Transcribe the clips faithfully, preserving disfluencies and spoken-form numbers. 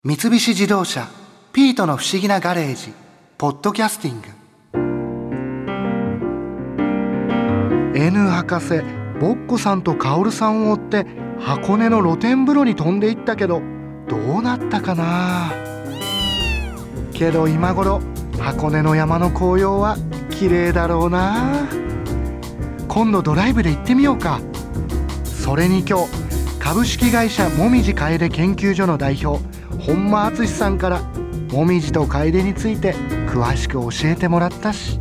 三菱自動車ピートの不思議なガレージポッドキャスティング。 N 博士ボッコさんとカオルさんを追って箱根の露天風呂に飛んでいったけどどうなったかな。けど今頃箱根の山の紅葉は綺麗だろうな。今度ドライブで行ってみようか。それに今日株式会社もみじ楓研究所の代表本間敦さんからもみじと楓について詳しく教えてもらったし、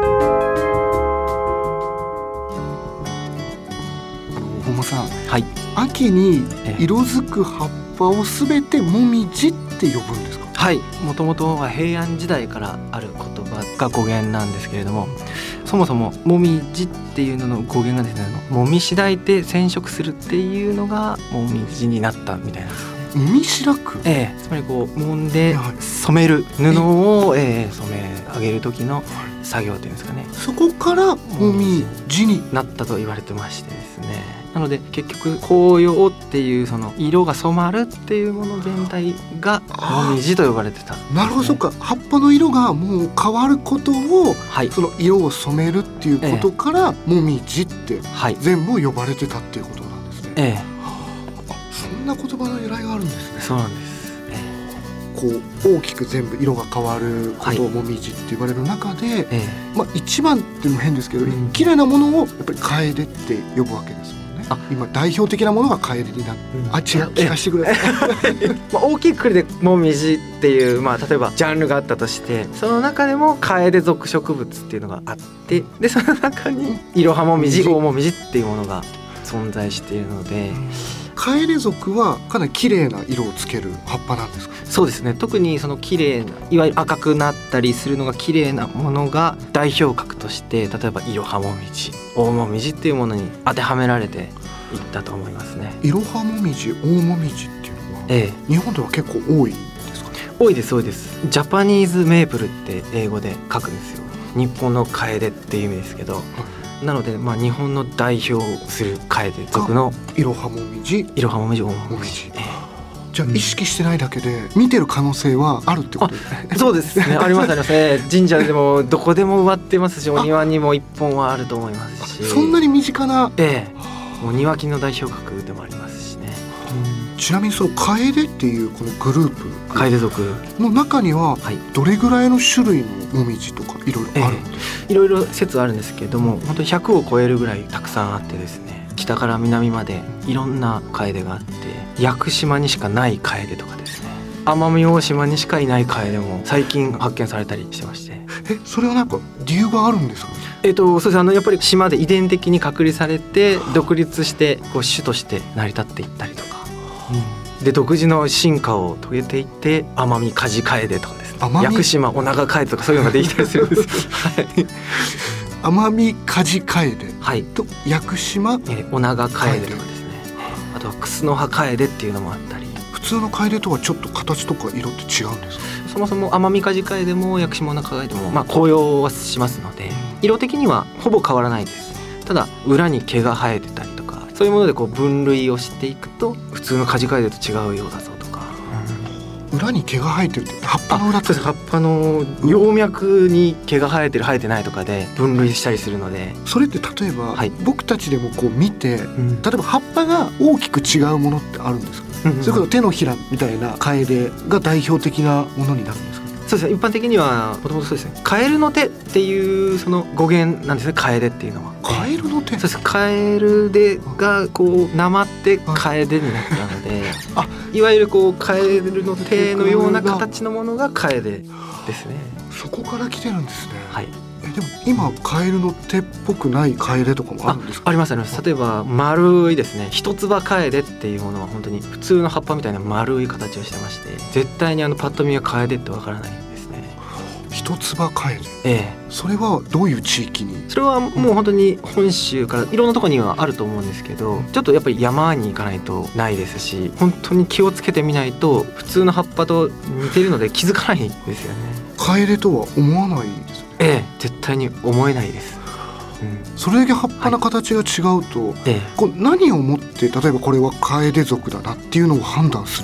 本間さん、 はい、 秋に色づく葉っぱをすべてもみじって呼ぶんですか？ はい、もともとは平安時代からある言葉が語源なんですけれども、そもそももみじっていうのの語源がですね、もみしだいて染色するっていうのがもみじになったみたいなんですね。 もみしだく、 ええ、つまりこう揉んで染める布を、ええ、染め上げる時の作業っていうんですかね、 そこからもみじになったと言われてましてですね、なので結局紅葉っていうその色が染まるっていうもの全体がもみじと呼ばれてたんですね。 なるほど、そっか、葉っぱの色がもう変わることを、 はい、 その色を染めるっていうことから、ええ、もみじって全部呼ばれてたっていうことなんですね。 ええ、 そんな言葉の由来があるんですね。 そうなんです、ええ、こう大きく全部色が変わることをもみじって言われる中で、はい、ええ、まあ、一番っていうのも変ですけど、うん、綺麗なものをやっぱり楓って呼ぶわけですもんね。あ、今代表的なものが楓になって、うん、あ、違う、聞かせてくださいまあ大きいくくりでもみじっていう、まあ、例えばジャンルがあったとして、その中でも楓属植物っていうのがあって、でその中にいろはもみじ、大もみじっていうものが存在しているので、 楓属はかなり綺麗な色をつける葉っぱなんですか？ そうですね、特にその綺麗な、いわゆる赤くなったりするのが綺麗なものが代表格として、例えばいろはもみじ、大もみじっていうものに当てはめられていったと思いますね。 いろはもみじ、大もみじっていうのは、ええ、日本では結構多いんですかね？ 多いです、多いです。ジャパニーズメープルって英語で書くんですよ。日本の楓っていう意味ですけど、はい、なので、まあ、日本の代表する楓属のいろはもみじ、 いろはもみじ、大もみじ、ええ、 じゃあ意識してないだけで見てる可能性はあるってことですね。 そうですね、ありますあります、ね、神社でもどこでも植わってますし、お庭にも一本はあると思いますし、 そんなに身近な、 ええ、もう庭木の代表格でもありますしね。 うん、ちなみにその楓っていうこのグループ、 楓属の中にはどれぐらいの種類のもみじとかいろいろあるんですか？ ええ、いろいろ説あるんですけれども、本当にひゃくを超えるぐらいたくさんあってですね、北から南までいろんな楓があって、屋久島にしかない楓とかですね、奄美大島にしかいない楓も最近発見されたりしてまして。 え、それはなんか理由があるんですか？ えっと、そうです、あのやっぱり島で遺伝的に隔離されて独立してこう種として成り立っていったりとか、うん、で独自の進化を遂げていって、奄美カジ楓とかですね、屋久島オナガ楓とかそういうのができたりするんですよはい、 奄美カジ楓と屋久島オナガ楓とかですね、あとはクスノハ楓っていうのもあったり。 普通の楓とはちょっと形とか色って違うんですか？ そもそも奄美カジ楓も屋久島オナガ楓も、まあ、紅葉はしますので、色的にはほぼ変わらないです。ただ裏に毛が生えてたりとか、そういうものでこう分類をしていくと、普通のカジ楓と違うようだぞとか、 うん、裏に毛が生えてるって葉っぱの裏って？ 葉っぱの葉脈に毛が生えてる生えてないとかで分類したりするので。 それって例えば、はい、僕たちでもこう見て、うん、例えば葉っぱが大きく違うものってあるんですか？うんうん、それこそ手のひらみたいな楓が代表的なものになるんですか？ そうですね、一般的にはもともとそうですね、カエルの手っていうその語源なんですね、楓っていうのは。 カエルの手？ そうです、カエルでがこうなまって楓になったので、あ、いわゆるこうカエルの手のような形のものが楓ですね。 そこから来てるんですね。 はい。 え、でも今カエルの手っぽくない楓とかもあるんですか？ あ, ありますあります。例えば丸いですね、一つ葉楓っていうものは本当に普通の葉っぱみたいな丸い形をしてまして、絶対にあのパッと見は楓ってわからないんですね。 一つ葉楓、 ええ、 それはどういう地域に？ それはもう本当に本州からいろんなところにはあると思うんですけど、ちょっとやっぱり山に行かないとないですし、本当に気をつけてみないと普通の葉っぱと似てるので気づかないんですよね。 楓とは思わないですよね。 ええ、絶対に思えないです。うん、 それだけ葉っぱの形が違うと、はい、ええ、こう何をもって例えばこれは楓属だなっていうのを判断するんですかね？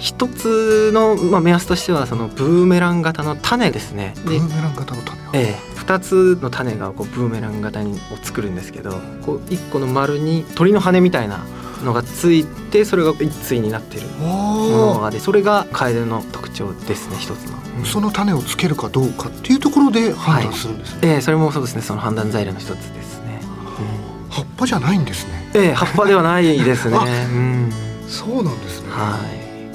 一つの、まあ、目安としてはそのブーメラン型の種ですね。 ブーメラン型の種、 ええ、ふたつの種がこうブーメラン型にを作るんですけど、こういっこの丸に鳥の羽みたいなのがついて、それが一対になっているものがあって、それがカエデの特徴ですね、一つの、うん、 その種をつけるかどうかっていうところで判断するんですね、 はい、ええ、それもそうですね、その判断材料の一つですね、 うん、葉っぱじゃないんですね。 ええ、葉っぱではないですね、うん、 そうなんですね、 はい、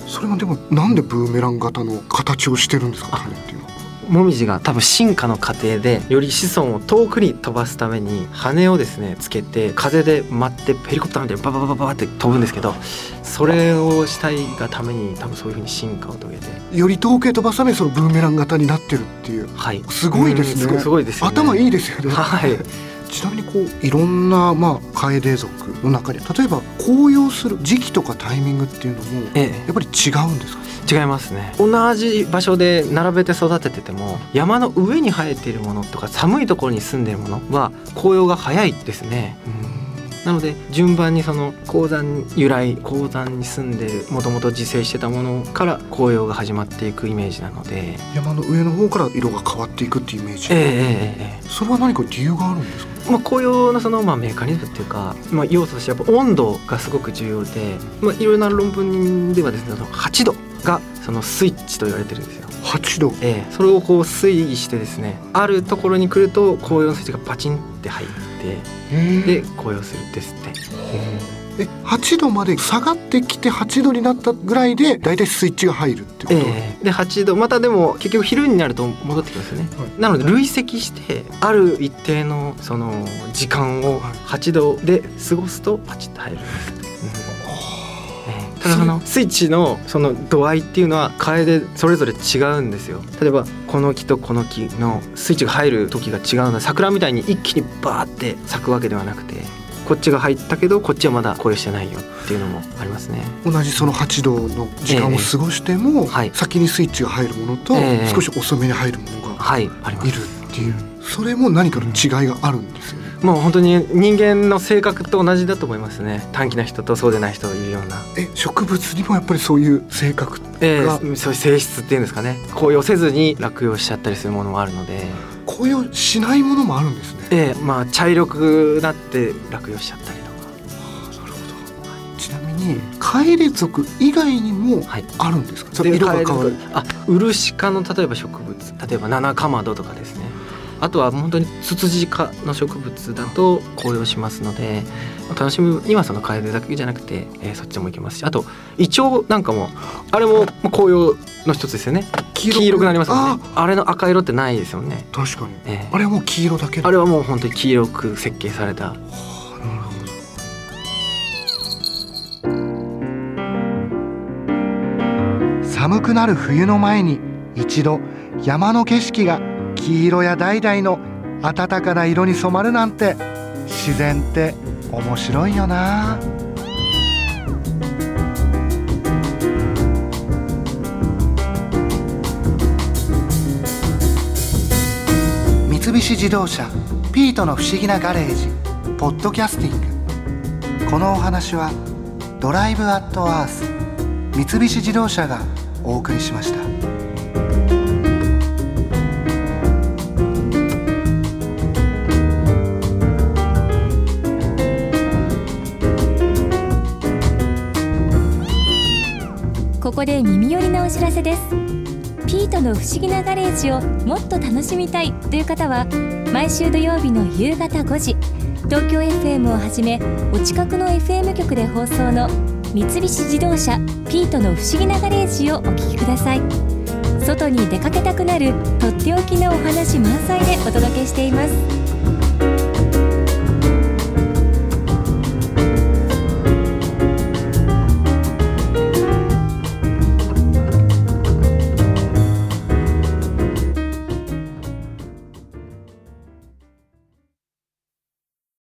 それはでもなんでブーメラン型の形をしてるんですか、種っていうのは。 もみじが多分進化の過程でより子孫を遠くに飛ばすために羽をですねつけて、風で舞ってヘリコプターみたいにバババババって飛ぶんですけど、それをしたいがために多分そういう風に進化を遂げて、 より遠くへ飛ばすためにそのブーメラン型になってるっていう、はい、すごいですね、 うん、すごいですよね、 頭いいですよね、 はい。 ちなみにこういろんな、まあ、カエデ属の中に例えば紅葉する時期とかタイミングっていうのも、ええ、やっぱり違うんですか。 違いますね。同じ場所で並べて育ててても、山の上に生えているものとか寒いところに住んでいるものは紅葉が早いですね。うん、なので順番にその高山由来、高山に住んでもともと自生してたものから紅葉が始まっていくイメージなので、 山の上の方から色が変わっていくっていうイメージ、 えーえーえー、 それは何か理由があるんですか。 まあ、紅葉のそのまあメカニズムっていうか、まあ、要素としてやっぱ温度がすごく重要で、まあ、いろいろな論文ではですね、そのはちどがそのスイッチと言われてるんですよ。 はちど、 ええ、それをこう推移してですね、あるところに来ると紅葉のスイッチがパチンって入ってで紅葉するんですって。 えはちどまで下がってきてはちどになったぐらいでだいたいスイッチが入るってこと、 えー、ではちどまたでも結局昼になると戻ってきますよね、はい、なので累積してある一定のその時間をはちどで過ごすとパチッと入るんです、うん、えー、ただそのスイッチのその度合いっていうのはカエデそれぞれ違うんですよ。例えばこの木とこの木のスイッチが入る時が違うので、桜みたいに一気にバーって咲くわけではなくて、こっちが入ったけどこっちはまだ紅葉してないよっていうのもありますね。 同じそのはちどの時間を過ごしても、えーはい、先にスイッチが入るものと、えー、少し遅めに入るものがいるっていう、それも何かの違いがあるんですよね。 もう本当に人間の性格と同じだと思いますね。短気な人とそうでない人がいるような。 え植物にもやっぱりそういう性格が、 えー、そういう性質っていうんですかね。紅葉せずに落葉しちゃったりするものもあるので。 紅葉しないものもあるんですね。 えー、まあ茶色くなって落葉しちゃったりとか。 はあ、なるほど。ちなみにカエデ属以外にもあるんですか。はい、それ色が変わる。 あ、ウルシ科の例えば植物、例えばナナカマドとかですね。あとは本当にツツジ科の植物だと紅葉しますので、楽しむにはそのカエデだけじゃなくて、えー、そっちもいけますし、あとイチョウなんかもあれも紅葉の一つですよね。黄色、黄色くなりますよね。あ, あれの赤色ってないですよね。 確かに、えー、あれはもう黄色だけ。 あれはもう本当に黄色く設計された。はあ、なるほど。寒くなる冬の前に一度山の景色が黄色や橙の暖かな色に染まるなんて、自然って面白いよな。三菱自動車ピートの不思議なガレージポッドキャスティング。このお話はドライブアットアース三菱自動車がお送りしました。 ここで耳寄りなお知らせです。ピートの不思議なガレージをもっと楽しみたいという方は、毎週土曜日の夕方ごじ、東京 エフエム をはじめお近くの エフエム 局で放送の三菱自動車ピートの不思議なガレージをお聞きください。外に出かけたくなるとっておきのお話満載でお届けしています。